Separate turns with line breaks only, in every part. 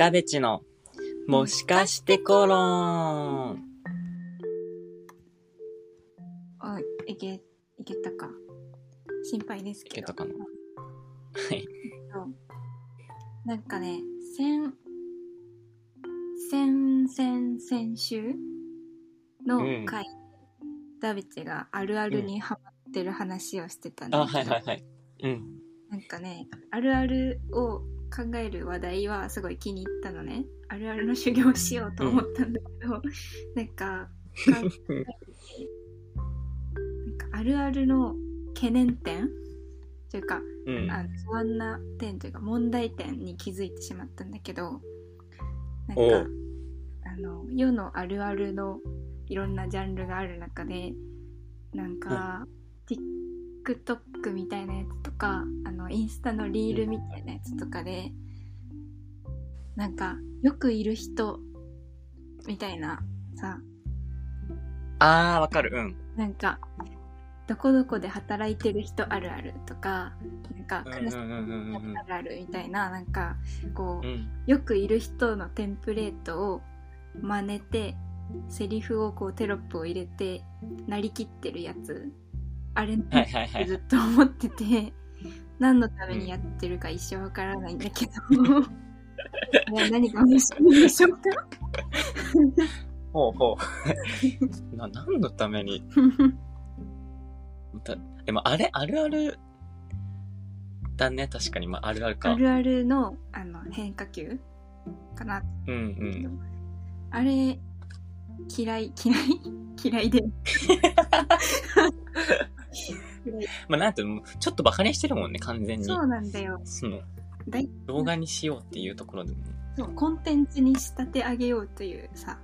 ダベチのもしかしてコロン。
いけたか。心配ですけど。
いけたかな。はい。
なんかね、先週の回、ダビチがあるあるにハマってる話をしてたんだけど、
はいはいはい。
なんかね、あるあるを考える話題はすごい気に入ったのね。あるあるの修行しようと思ったんだけど、なんかあるあるの懸念点というか、不安な点というか問題点に気づいてしまったんだけど、なんか世のあるあるのいろんなジャンルがある中で、なんか、TikTok みたいなやつとか、インスタのリールみたいなやつとかで、なんかよくいる人みたいなさ、
わかる。
なんかどこどこで働いてる人あるあるとか、なんかクラスあるあるみたいな、なんかこう、よくいる人のテンプレートを真似てセリフをこうテロップを入れてなりきってるやつ、あれってずっと思ってて、何のためにやってるか一生わからないんだけど何が面白いんでしょうか
ほう何のためにでもあれあるあるだね。確かに、あるあるか。
あるあるの変化球かな。あれ嫌いで
なんていうの、ちょっとバカにしてるもんね、完全に。
そうなんだよ。
動画にしようっていうところでも、
そう、コンテンツに仕立て上げようというさ、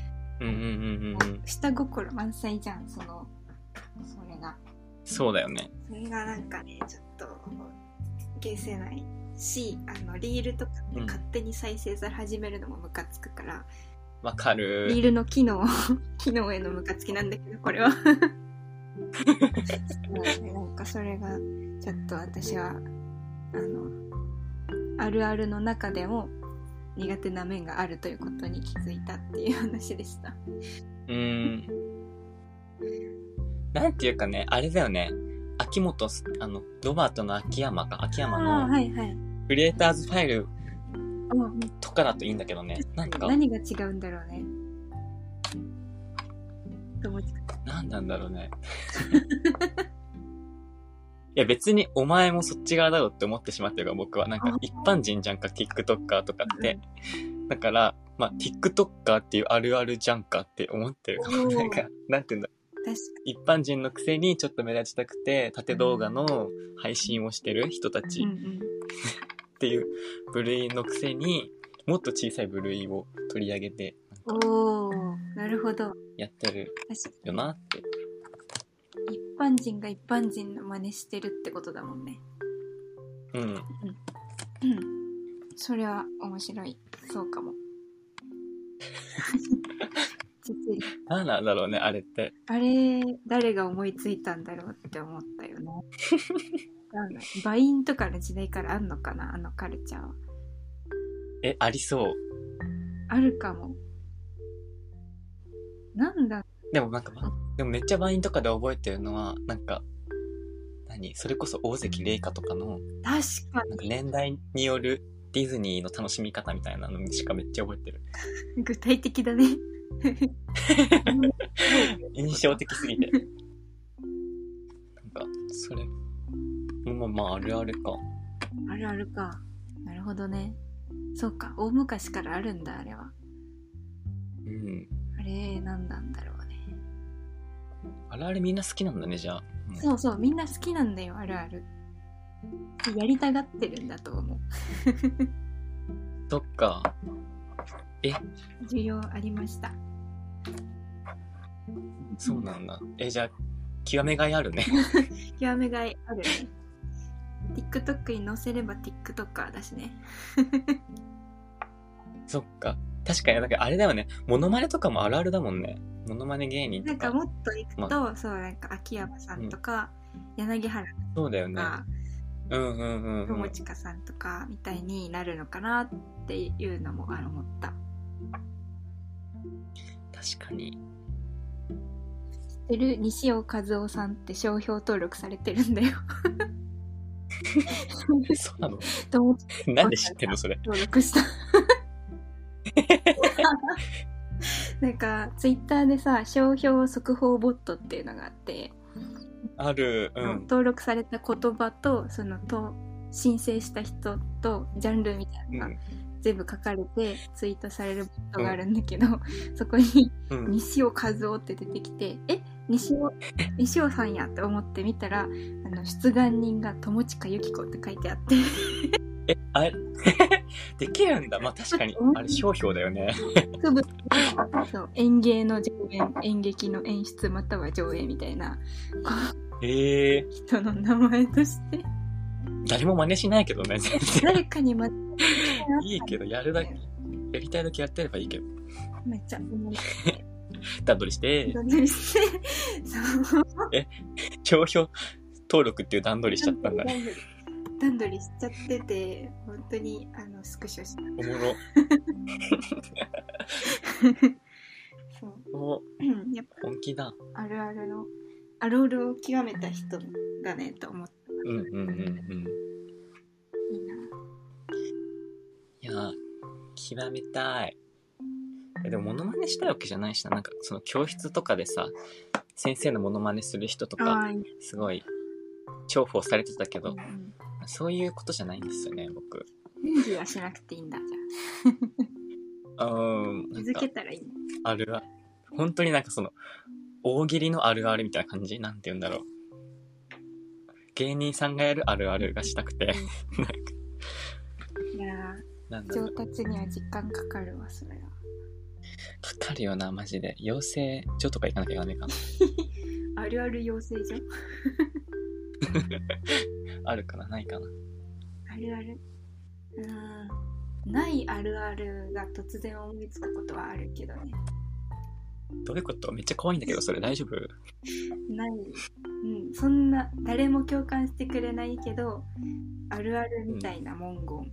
下心満載じゃん、それが。
そうだよね。
それがなんかね、ちょっと消せないし、リールとかで勝手に再生され始めるのもムカつくから。
わかる。
リールの機能へのムカつきなんだけど、これはなんかそれがちょっと私はあるあるの中でも苦手な面があるということに気づいたっていう話でした。
なんていうかね、あれだよね。秋元、ロバートの秋山のクリエイターズファイルとかだといいんだけどね。なんか
何が違うんだろうね。
何なんだろうね。いや別にお前もそっち側だろって思ってしまってるから、僕はなんか一般人じゃんか、TikToker とかって。だから、TikToker っていうあるあるじゃんかって思ってる。なんか、なんていうんだ。一般人のくせにちょっと目立ちたくて、縦動画の配信をしてる人たちっていう部類のくせに、もっと小さい部類を取り上げて、
なるほど。
やってるよなって。
一般人が一般人の真似してるってことだもんね。それは面白い。そうかも。
何なんだろうね、あれって。
あれ、誰が思いついたんだろうって思ったよね。バインとかの時代からあんのかな、あのカルチャーは。
ありそう。
あるかも。なんだ。
でもめっちゃバインとかで覚えてるのは、なんか、それこそ大関麗香とかの、
確かに。
なんか年代によるディズニーの楽しみ方みたいなのしかめっちゃ覚えてる。
具体的だね。
印象的すぎて。なんか、それ、あるあるか。
あるあるか。なるほどね。そうか、大昔からあるんだ、あれは。あれ、何なんだろうね。
あれみんな好きなんだね、じゃあ。
そうそう、みんな好きなんだよ、あるある。やりたがってるんだと思う。
そっか。
需要ありました。
そうなんだ。じゃあ、極めがいあるね。
極めがいあるね。TikTok に載せれば TikToker だしね。
そっか。確かに、だからあれだよね。モノマネとかもあるあるだもんね。モノマネ芸人とか。
なんかもっと行くと、そう、なんか秋山さんとか、柳原さんとか、
そうだよね。 うんうんうんうん。
友近さんとかみたいになるのかなっていうのも思った。
確かに。
知ってる？西尾和夫さんって商標登録されてるんだよ。
そうなの？
友
なんで知ってんのそれ。
登録した。なんかツイッターでさ、商標速報ボットっていうのがあって、
ある。うん。
登録された言葉とその申請した人とジャンルみたいなのが全部書かれてツイートされるボットがあるんだけど、そこに西尾和夫って出てきて、西尾さんやって思って見たら、出願人が友近由紀子って書いてあって。
あれできるんだ。まあ確かにあれ商標だよね。
そう演芸の上演、演劇の演出または上演みたいな、人の名前として
誰も真似しないけどね、全然。
誰かに
いいけど、やるだけやりたいだけやってればいいけど。
めっちゃ思い
段取りして
そう
商標登録っていう段取りしちゃったんだね。
段取りしちゃってて、本当にスクショした。
おもろ。
そう、やっぱ
本気だ。
あるあるを極めた人だねと思った。
うんうんうんうん。
いいな。
いや、極めたい。でもモノマネしたいわけじゃないしな。なんかその教室とかでさ、先生のモノマネする人とかすごい重宝されてたけど、そういうことじゃないんですよね、僕。
演技はしなくていいんだ、じゃあ。気づけたらいいね。
あるある。本当になんかその大喜利のあるあるみたいな感じ、なんて言うんだろう。芸人さんがやるあるあるがしたくて、なんか。
いやー、上達には時間かかるわ、それは。
かかるよな、マジで。養成所とか行かなきゃダメかな。
あるある養成所
あるかな、ないかな。
あるある。ないあるあるが突然思いつくことはあるけどね。
どういうこと？めっちゃ怖いんだけど、それ大丈夫？
ない。そんな誰も共感してくれないけど、あるあるみたいな文言。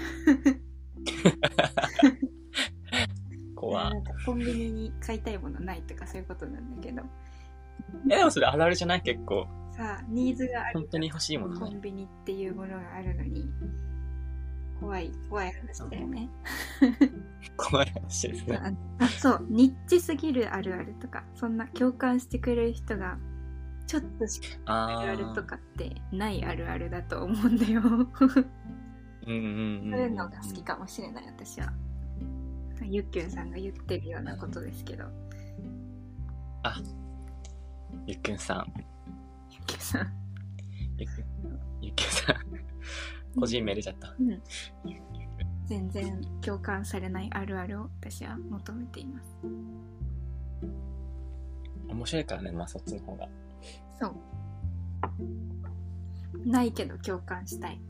怖
なんかコンビニに買いたいものないとかそういうことなんだけど。
でもそれあるあるじゃない？結構。
さあ、ニーズがある。
本当に欲しいもの、ね。
コンビニっていうものがあるのに、怖い話だよね。
怖い話ですね。
そう、ニッチすぎるあるあるとか、そんな共感してくれる人がちょっとしかあるあるとかってないあるあるだと思うんだよ。そういうのが好きかもしれない、私は。ゆっきゅんさんが言ってるようなことですけど。
あ、ゆっきゅんさん。
ゆっきゅんさん。
ゆっきゅんさん。個人名出ちゃった。
全然共感されないあるあるを私は求めています。
面白いからね、まあそっちの方が。
そう。ないけど共感したい。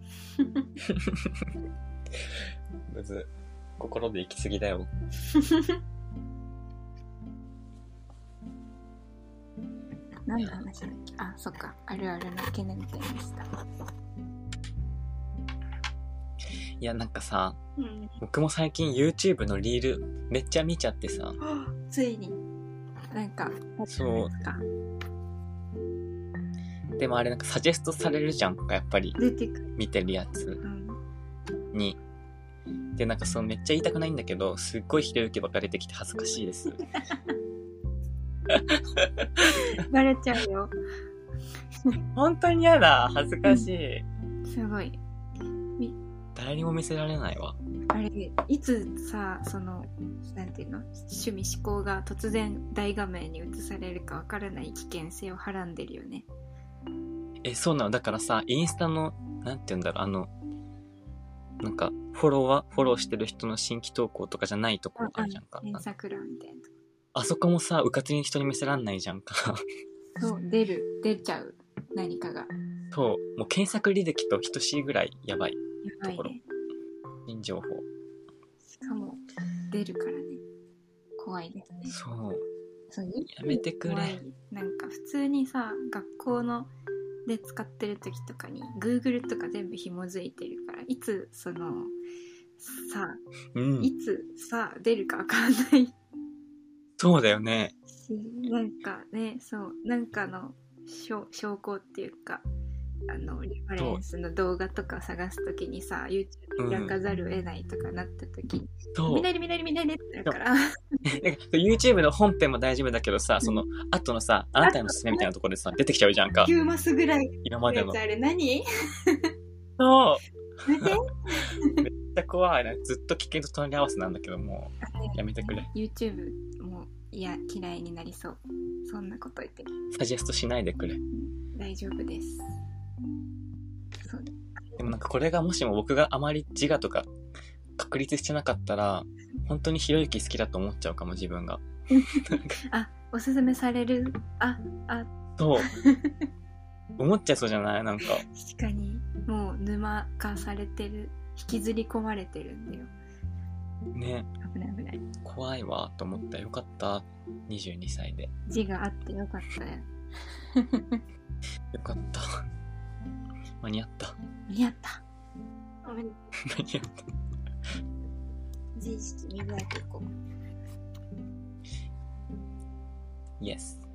むず、心で行き過ぎだよ。
何の話だっけ？あ、そっか。あるあるの懸念点でした。
いや、なんかさ、僕も最近 YouTube のリールめっちゃ見ちゃってさ。
ついに。なんか、
そう。でもあれなんかサジェストされるじゃんか、やっぱり。
出てくる。
見てるやつに。で、なんかそうめっちゃ言いたくないんだけど、すっごいひろゆきばっか出てきて恥ずかしいです。
バレちゃうよ。
本当に嫌だ。恥ずかしい。
すごい。
誰にも見せられないわ。
あれ、いつさ、その、なんていうの？趣味思考が突然大画面に映されるかわからない危険性をはらんでるよね。
そうなの。だからさ、インスタの、なんていうんだろう、なんか、フォローしてる人の新規投稿とかじゃないところあるじゃんか。
検索欄みたいな。
あそこもさ、うかつに人に見せらんないじゃんか。
そう、出ちゃう。何かが。
そう、もう検索履歴と等しいぐらいやばいところ。
ね、
新情報。
しかも、出るからね。怖いですね。
そう。やめてくれ。
なんか普通にさ、学校ので使ってる時とかに Google とか全部紐づいてるから、いつそのさ、いつさ出るかわかんない
そうだよね。
なんかね、そうなんかの証拠っていうか、リファレンスの動画とか探すときにさ、YouTube 開かざるを得ないとかなったときに、見ないでってなるから。
YouTube の本編も大丈夫だけどさ、その後のさ、あなたのおすすめみたいなところでさ、出てきちゃうじゃんか。
9マスぐらい。
今までの。
あれ何
そう。めっちゃ怖いな。ずっと危険と隣り合わせなんだけども、やめてくれ。
YouTube も嫌いになりそう。そんなこと言って。
サジェストしないでくれ。
大丈夫です。
でもなんかこれがもしも僕があまり自我とか確立してなかったら、本当にひろゆき好きだと思っちゃうかも、自分が。
あ、おすすめされる。
そう。思っちゃいそうじゃない？なんか。
確かに。もう沼化されてる。引きずり込まれてるんだよ。
ね。
危ない。
怖いわと思った。よかった。22歳で。
字があってよかったよ。
よかった。間に合った。
おめでとう。
間に合った。
自意識磨いていこう。
Yes。